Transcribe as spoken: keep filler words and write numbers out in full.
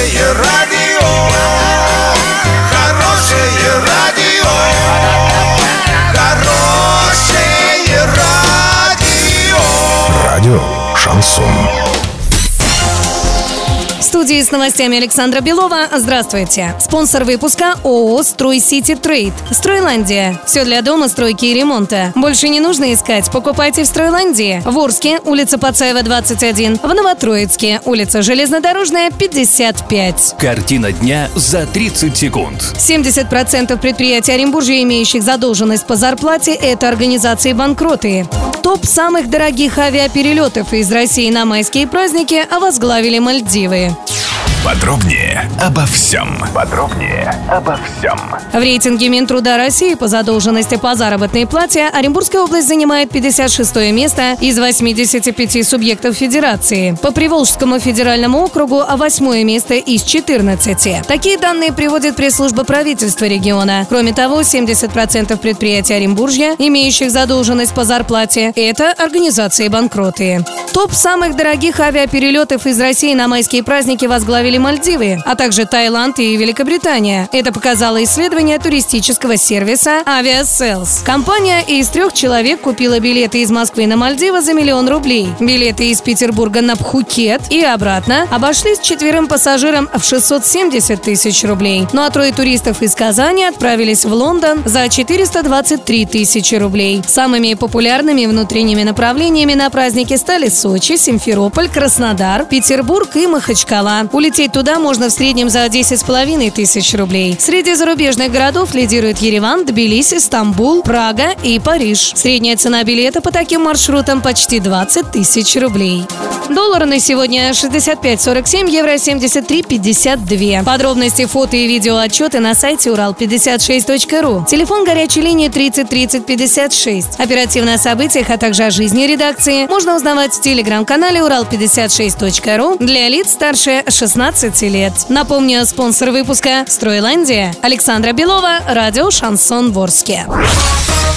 Хорошее радио, хорошее радио, хорошее радио. Радио Шансон. В студии с новостями Александра Белова. Здравствуйте. Спонсор выпуска ООО «Стройсити Трейд». Стройландия. Все для дома, стройки и ремонта. Больше не нужно искать. Покупайте в Стройландии. В Орске, улица Пацаева, двадцать один. В Новотроицке, улица Железнодорожная, пятьдесят пять. Картина дня за тридцать секунд. семьдесят процентов предприятий Оренбуржья, имеющих задолженность по зарплате, это организации банкроты. Топ самых дорогих авиаперелетов из России на майские праздники возглавили Мальдивы. Подробнее обо всем. Подробнее обо всем. В рейтинге Минтруда России по задолженности по заработной плате Оренбургская область занимает пятьдесят шестое место из восьмидесяти пяти субъектов федерации. По Приволжскому федеральному округу восьмое место из четырнадцати. Такие данные приводит пресс-служба правительства региона. Кроме того, семьдесят процентов предприятий Оренбуржья, имеющих задолженность по зарплате, это организации банкроты. Топ самых дорогих авиаперелетов из России на майские праздники возглавили Мальдивы, а также Таиланд и Великобритания. Это показало исследование туристического сервиса Aviasales. Компания из трех человек купила билеты из Москвы на Мальдивы за миллион рублей. Билеты из Петербурга на Пхукет и обратно обошлись четверым пассажирам в шестьсот семьдесят тысяч рублей. Ну а трое туристов из Казани отправились в Лондон за четыреста двадцать три тысячи рублей. Самыми популярными внутренними направлениями на праздники стали Сочи, Симферополь, Краснодар, Петербург и Махачкала. Улететь туда можно в среднем за десять с половиной тысяч рублей. Среди зарубежных городов лидируют Ереван, Тбилиси, Стамбул, Прага и Париж. Средняя цена билета по таким маршрутам почти двадцать тысяч рублей. Доллар на сегодня шестьдесят пять сорок семь, евро семьдесят три пятьдесят два. Подробности, фото и видео отчеты на сайте урал пятьдесят шесть точка ру. Телефон горячей линии тридцать тридцать пятьдесят шесть. Оперативно о событиях, а также о жизни редакции можно узнавать в телеграм-канале урал пятьдесят шесть точка ру для лиц старше шестнадцати лет. Напомню, спонсор выпуска «Стройландия». Александра Белова, радио «Шансон» в Орске.